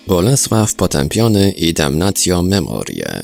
Bolesław Potępiony i Damnatio Memoriae.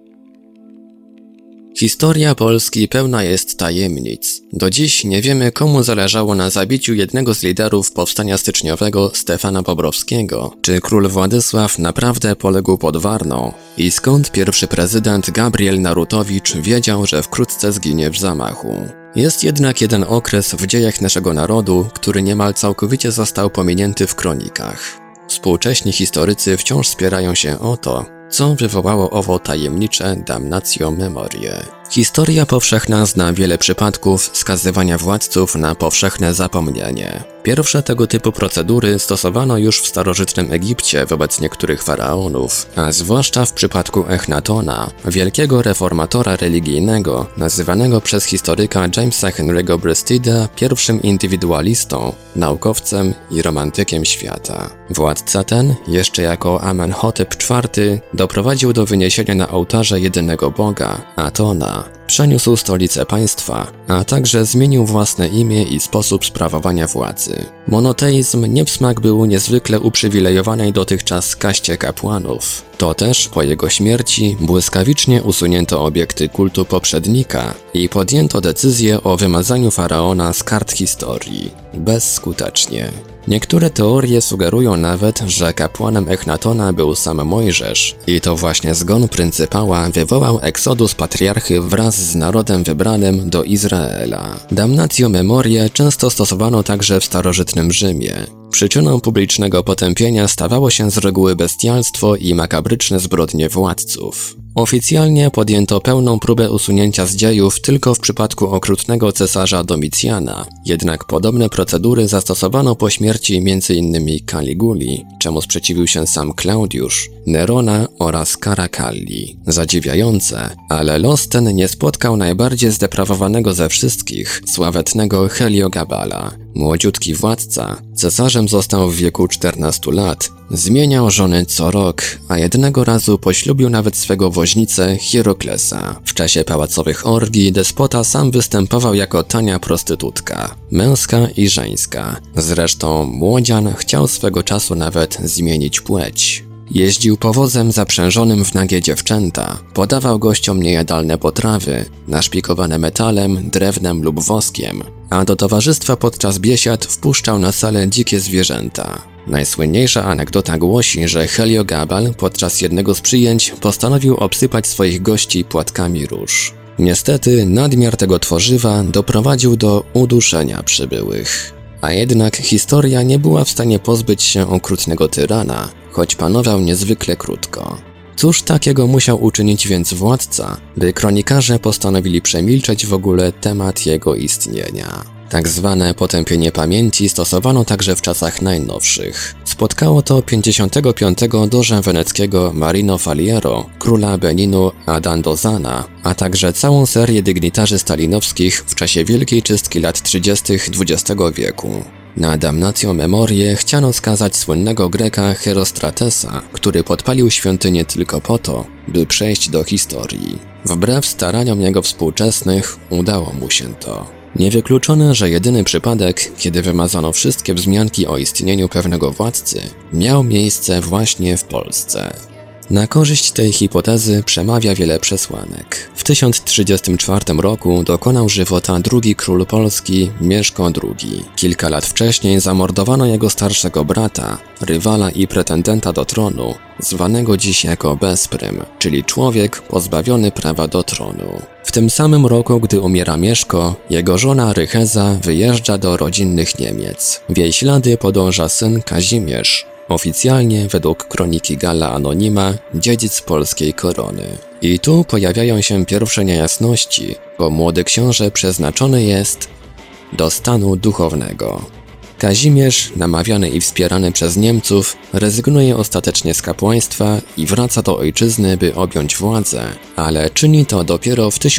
Historia Polski pełna jest tajemnic. Do dziś nie wiemy, komu zależało na zabiciu jednego z liderów powstania styczniowego, Stefana Bobrowskiego, czy król Władysław naprawdę poległ pod Warną i skąd pierwszy prezydent Gabriel Narutowicz wiedział, że wkrótce zginie w zamachu. Jest jednak jeden okres w dziejach naszego narodu, który niemal całkowicie został pominięty w kronikach. Współcześni historycy wciąż spierają się o to, co wywołało owo tajemnicze Damnatio Memoriae. Historia powszechna zna wiele przypadków skazywania władców na powszechne zapomnienie. Pierwsze tego typu procedury stosowano już w starożytnym Egipcie wobec niektórych faraonów, a zwłaszcza w przypadku Echnatona, wielkiego reformatora religijnego, nazywanego przez historyka Jamesa Henry'ego Breasteda pierwszym indywidualistą, naukowcem i romantykiem świata. Władca ten, jeszcze jako Amenhotep IV, doprowadził do wyniesienia na ołtarze jedynego Boga, Atona. Przeniósł stolicę państwa, a także zmienił własne imię i sposób sprawowania władzy. Monoteizm nie w smak był niezwykle uprzywilejowanej dotychczas kaście kapłanów. To też po jego śmierci błyskawicznie usunięto obiekty kultu poprzednika i podjęto decyzję o wymazaniu faraona z kart historii. Bezskutecznie. Niektóre teorie sugerują nawet, że kapłanem Echnatona był sam Mojżesz i to właśnie zgon pryncypała wywołał eksodus patriarchy wraz z narodem wybranym do Izraela. Damnatio Memoriae często stosowano także w starożytnym Rzymie. Przyczyną publicznego potępienia stawało się z reguły bestialstwo i makabryczne zbrodnie władców. Oficjalnie podjęto pełną próbę usunięcia z dziejów tylko w przypadku okrutnego cesarza Domicjana, jednak podobne procedury zastosowano po śmierci m.in. Kaliguli, czemu sprzeciwił się sam Klaudiusz, Nerona oraz Carakalli. Zadziwiające, ale los ten nie spotkał najbardziej zdeprawowanego ze wszystkich, sławetnego Heliogabala. Młodziutki władca, cesarzem został w wieku 14 lat, zmieniał żony co rok, a jednego razu poślubił nawet swego woźnicę Hieroklesa. W czasie pałacowych orgii despota sam występował jako tania prostytutka, męska i żeńska. Zresztą młodzian chciał swego czasu nawet zmienić płeć. Jeździł powozem zaprzężonym w nagie dziewczęta, podawał gościom niejadalne potrawy, naszpikowane metalem, drewnem lub woskiem, a do towarzystwa podczas biesiad wpuszczał na salę dzikie zwierzęta. Najsłynniejsza anegdota głosi, że Heliogabal podczas jednego z przyjęć postanowił obsypać swoich gości płatkami róż. Niestety nadmiar tego tworzywa doprowadził do uduszenia przybyłych. A jednak historia nie była w stanie pozbyć się okrutnego tyrana, choć panował niezwykle krótko. Cóż takiego musiał uczynić więc władca, by kronikarze postanowili przemilczeć w ogóle temat jego istnienia? Tak zwane potępienie pamięci stosowano także w czasach najnowszych. Spotkało to 55. doża weneckiego Marino Faliero, króla Beninu Adandozana, a także całą serię dygnitarzy stalinowskich w czasie wielkiej czystki lat 30. XX wieku. Na Damnatio Memoriae chciano skazać słynnego Greka Herostratesa, który podpalił świątynię tylko po to, by przejść do historii. Wbrew staraniom jego współczesnych udało mu się to. Niewykluczone, że jedyny przypadek, kiedy wymazano wszystkie wzmianki o istnieniu pewnego władcy, miał miejsce właśnie w Polsce. Na korzyść tej hipotezy przemawia wiele przesłanek. W 1034 roku dokonał żywota drugi król Polski, Mieszko II. Kilka lat wcześniej zamordowano jego starszego brata, rywala i pretendenta do tronu, zwanego dziś jako Bezprym, czyli człowiek pozbawiony prawa do tronu. W tym samym roku, gdy umiera Mieszko, jego żona Rycheza wyjeżdża do rodzinnych Niemiec. W jej ślady podąża syn Kazimierz, oficjalnie według kroniki Galla Anonima dziedzic polskiej korony. I tu pojawiają się pierwsze niejasności, bo młody książę przeznaczony jest do stanu duchownego. Kazimierz, namawiany i wspierany przez Niemców, rezygnuje ostatecznie z kapłaństwa i wraca do ojczyzny, by objąć władzę, ale czyni to dopiero w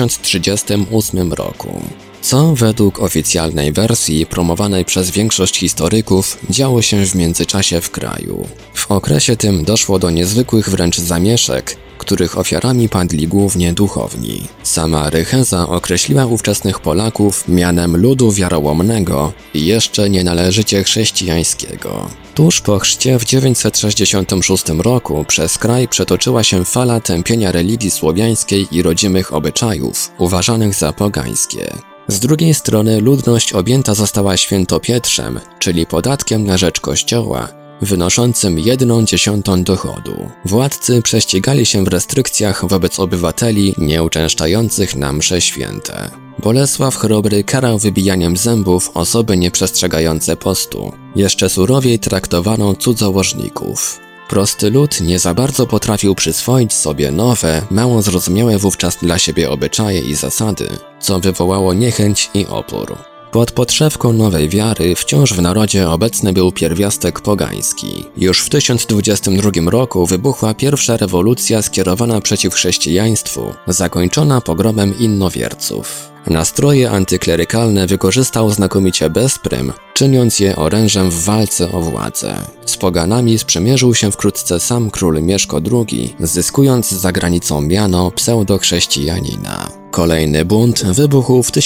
1038 roku. Co według oficjalnej wersji promowanej przez większość historyków działo się w międzyczasie w kraju. W okresie tym doszło do niezwykłych wręcz zamieszek, których ofiarami padli głównie duchowni. Sama Rycheza określiła ówczesnych Polaków mianem ludu wiarołomnego i jeszcze nienależycie chrześcijańskiego. Tuż po chrzcie w 966 roku przez kraj przetoczyła się fala tępienia religii słowiańskiej i rodzimych obyczajów, uważanych za pogańskie. Z drugiej strony ludność objęta została świętopietrzem, czyli podatkiem na rzecz kościoła, wynoszącym 1/10 dochodu. Władcy prześcigali się w restrykcjach wobec obywateli nieuczęszczających na msze święte. Bolesław Chrobry karał wybijaniem zębów osoby nieprzestrzegające postu. Jeszcze surowiej traktowano cudzołożników. Prosty lud nie za bardzo potrafił przyswoić sobie nowe, mało zrozumiałe wówczas dla siebie obyczaje i zasady, co wywołało niechęć i opór. Pod podszewką nowej wiary wciąż w narodzie obecny był pierwiastek pogański. Już w 1022 roku wybuchła pierwsza rewolucja skierowana przeciw chrześcijaństwu, zakończona pogromem innowierców. Nastroje antyklerykalne wykorzystał znakomicie Bezprym, czyniąc je orężem w walce o władzę. Z poganami sprzymierzył się wkrótce sam król Mieszko II, zyskując za granicą miano pseudochrześcijanina. Kolejny bunt wybuchł w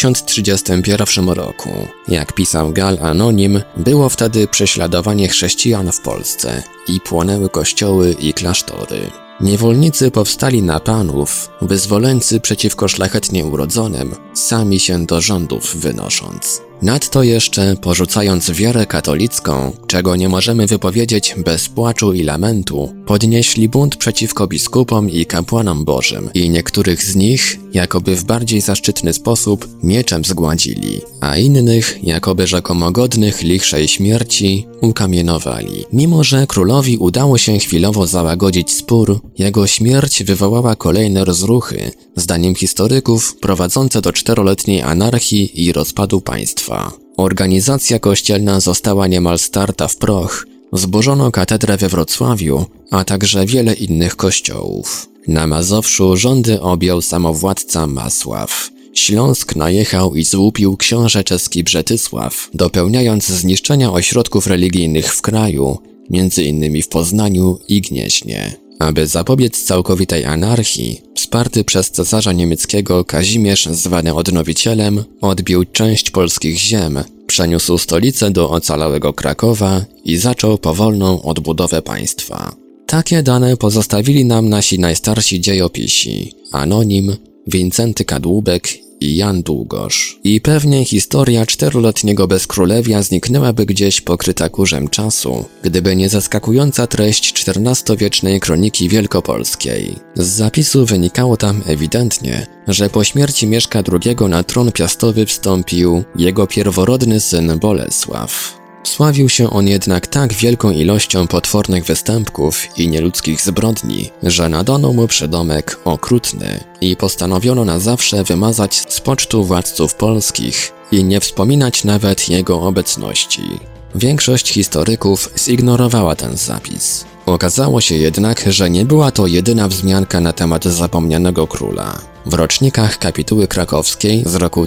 1031 roku. Jak pisał Gal Anonim, było wtedy prześladowanie chrześcijan w Polsce i płonęły kościoły i klasztory. Niewolnicy powstali na panów, wyzwoleńcy przeciwko szlachetnie urodzonym, sami się do rządów wynosząc. Nadto jeszcze, porzucając wiarę katolicką, czego nie możemy wypowiedzieć bez płaczu i lamentu, podnieśli bunt przeciwko biskupom i kapłanom bożym i niektórych z nich, jakoby w bardziej zaszczytny sposób, mieczem zgładzili, a innych, jakoby rzekomo godnych lichszej śmierci, ukamienowali. Mimo że królowi udało się chwilowo załagodzić spór, jego śmierć wywołała kolejne rozruchy, zdaniem historyków prowadzące do 4-letniej anarchii i rozpadu państwa. Organizacja kościelna została niemal starta w proch, zburzono katedrę we Wrocławiu, a także wiele innych kościołów. Na Mazowszu rządy objął samowładca Masław. Śląsk najechał i złupił książę czeski Brzetysław, dopełniając zniszczenia ośrodków religijnych w kraju, m.in. w Poznaniu i Gnieźnie. Aby zapobiec całkowitej anarchii, wsparty przez cesarza niemieckiego Kazimierz, zwany Odnowicielem, odbił część polskich ziem, przeniósł stolicę do ocalałego Krakowa i zaczął powolną odbudowę państwa. Takie dane pozostawili nam nasi najstarsi dziejopisi: Anonim, Wincenty Kadłubek i Jan Długosz. I pewnie historia 4-letniego bezkrólewia zniknęłaby gdzieś pokryta kurzem czasu, gdyby nie zaskakująca treść XIV-wiecznej kroniki wielkopolskiej. Z zapisu wynikało tam ewidentnie, że po śmierci Mieszka II na tron piastowy wstąpił jego pierworodny syn Bolesław. Sławił się on jednak tak wielką ilością potwornych występków i nieludzkich zbrodni, że nadano mu przydomek Okrutny i postanowiono na zawsze wymazać z pocztu władców polskich i nie wspominać nawet jego obecności. Większość historyków zignorowała ten zapis. Okazało się jednak, że nie była to jedyna wzmianka na temat zapomnianego króla. W rocznikach kapituły krakowskiej z roku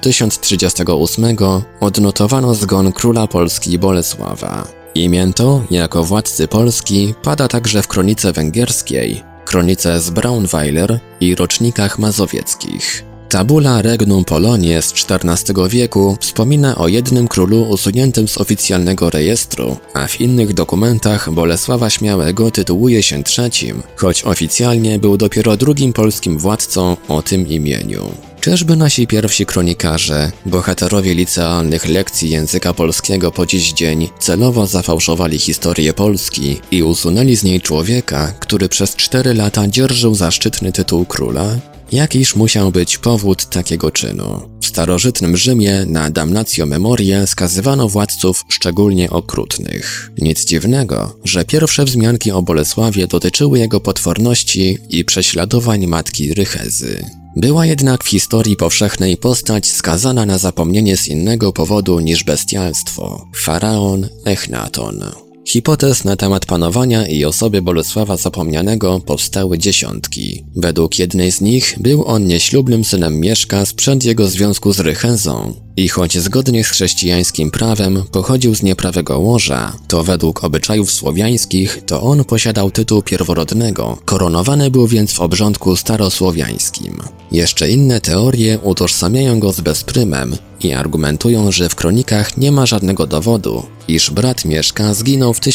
1038 odnotowano zgon króla Polski Bolesława. Imię to, jako władcy Polski, pada także w kronice węgierskiej, kronice z Braunweiler i rocznikach mazowieckich. Tabula Regnum Poloniae z XIV wieku wspomina o jednym królu usuniętym z oficjalnego rejestru, a w innych dokumentach Bolesława Śmiałego tytułuje się trzecim, choć oficjalnie był dopiero drugim polskim władcą o tym imieniu. Czyżby nasi pierwsi kronikarze, bohaterowie licealnych lekcji języka polskiego po dziś dzień, celowo zafałszowali historię Polski i usunęli z niej człowieka, który przez 4 lata dzierżył zaszczytny tytuł króla? Jakiż musiał być powód takiego czynu? W starożytnym Rzymie na damnatio memoriae skazywano władców szczególnie okrutnych. Nic dziwnego, że pierwsze wzmianki o Bolesławie dotyczyły jego potworności i prześladowań matki Rychezy. Była jednak w historii powszechnej postać skazana na zapomnienie z innego powodu niż bestialstwo – faraon Echnaton. Hipotez na temat panowania i osoby Bolesława Zapomnianego powstały dziesiątki. Według jednej z nich był on nieślubnym synem Mieszka sprzed jego związku z Rychezą. I choć zgodnie z chrześcijańskim prawem pochodził z nieprawego łoża, to według obyczajów słowiańskich to on posiadał tytuł pierworodnego, koronowany był więc w obrządku starosłowiańskim. Jeszcze inne teorie utożsamiają go z Bezprymem i argumentują, że w kronikach nie ma żadnego dowodu, iż brat Mieszka zginął w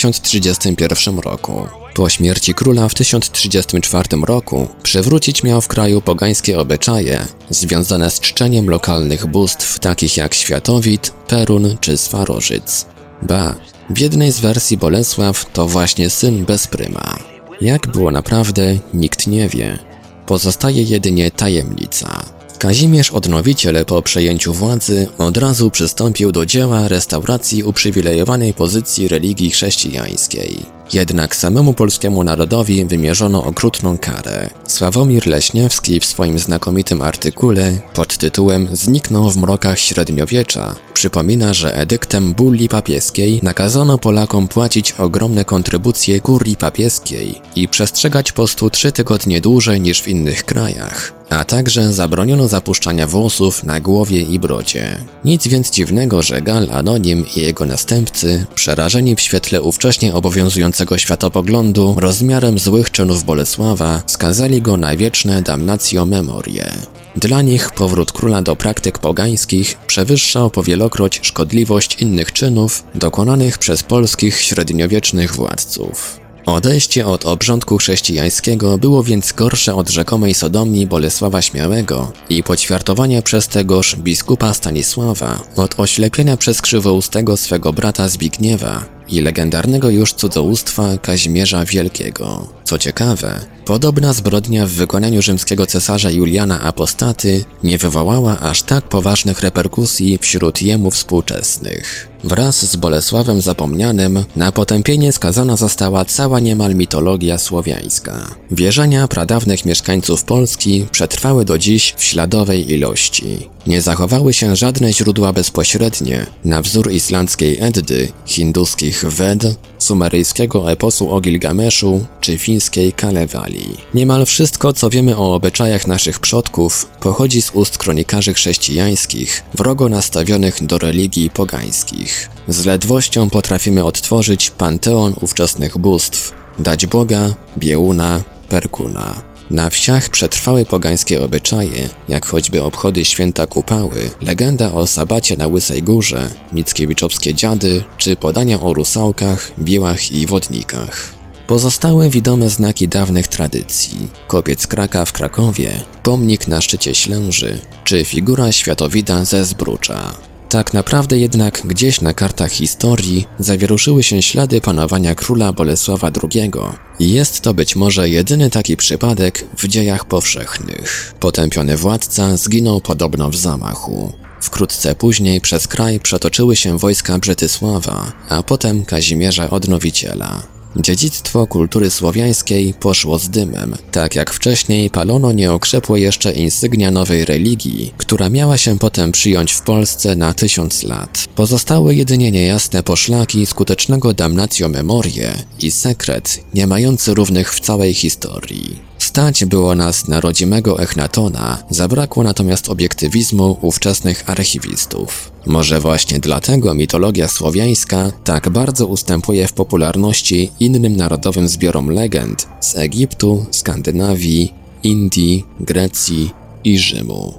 1031 roku. Po śmierci króla w 1034 roku przywrócić miał w kraju pogańskie obyczaje związane z czczeniem lokalnych bóstw takich jak Światowit, Perun czy Swarożyc. Ba, w jednej z wersji Bolesław to właśnie syn Bezpryma. Jak było naprawdę, nikt nie wie. Pozostaje jedynie tajemnica. Kazimierz Odnowiciel po przejęciu władzy od razu przystąpił do dzieła restauracji uprzywilejowanej pozycji religii chrześcijańskiej. Jednak samemu polskiemu narodowi wymierzono okrutną karę. Sławomir Leśniewski w swoim znakomitym artykule pod tytułem „Zniknął w mrokach średniowiecza” przypomina, że edyktem bulli papieskiej nakazano Polakom płacić ogromne kontrybucje kurii papieskiej i przestrzegać postu 3 tygodnie dłużej niż w innych krajach, a także zabroniono zapuszczania włosów na głowie i brodzie. Nic więc dziwnego, że Gal Anonim i jego następcy, przerażeni w świetle ówcześnie obowiązującego światopoglądu rozmiarem złych czynów Bolesława, skazali go na wieczne damnatio memoriae. Dla nich powrót króla do praktyk pogańskich przewyższał powielokroć szkodliwość innych czynów dokonanych przez polskich średniowiecznych władców. Odejście od obrządku chrześcijańskiego było więc gorsze od rzekomej sodomii Bolesława Śmiałego i poćwiartowania przez tegoż biskupa Stanisława od oślepienia przez krzywoustego swego brata Zbigniewa i legendarnego już cudzołóstwa Kazimierza Wielkiego. Co ciekawe, podobna zbrodnia w wykonaniu rzymskiego cesarza Juliana Apostaty nie wywołała aż tak poważnych reperkusji wśród jemu współczesnych. Wraz z Bolesławem Zapomnianym na potępienie skazana została cała niemal mitologia słowiańska. Wierzenia pradawnych mieszkańców Polski przetrwały do dziś w śladowej ilości. Nie zachowały się żadne źródła bezpośrednie, na wzór islandzkiej Eddy, hinduskich Ved, sumeryjskiego eposu o Gilgameszu czy fińskiej Kalewali. Niemal wszystko, co wiemy o obyczajach naszych przodków, pochodzi z ust kronikarzy chrześcijańskich, wrogo nastawionych do religii pogańskich. Z ledwością potrafimy odtworzyć panteon ówczesnych bóstw, dać Boga, Biełuna, Perkuna. Na wsiach przetrwały pogańskie obyczaje, jak choćby obchody święta Kupały, legenda o sabacie na Łysej Górze, mickiewiczowskie dziady, czy podania o rusałkach, biłach i wodnikach. Pozostały widome znaki dawnych tradycji, kopiec Kraka w Krakowie, pomnik na szczycie Ślęży, czy figura Światowita ze Zbrucza. Tak naprawdę jednak gdzieś na kartach historii zawieruszyły się ślady panowania króla Bolesława II i jest to być może jedyny taki przypadek w dziejach powszechnych. Potępiony władca zginął podobno w zamachu. Wkrótce później przez kraj przetoczyły się wojska Brzetysława, a potem Kazimierza Odnowiciela. Dziedzictwo kultury słowiańskiej poszło z dymem, tak jak wcześniej palono nieokrzepłe jeszcze insygnia nowej religii, która miała się potem przyjąć w Polsce na 1000 lat. Pozostały jedynie niejasne poszlaki skutecznego damnatio memoriae i sekret nie mający równych w całej historii. Stać było nas na rodzimego Echnatona, zabrakło natomiast obiektywizmu ówczesnych archiwistów. Może właśnie dlatego mitologia słowiańska tak bardzo ustępuje w popularności innym narodowym zbiorom legend z Egiptu, Skandynawii, Indii, Grecji i Rzymu.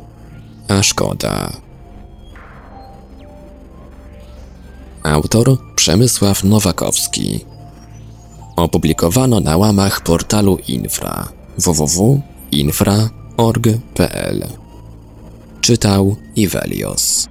A szkoda. Autor Przemysław Nowakowski. Opublikowano na łamach portalu Infra www.infra.org.pl. Czytał Ivelios.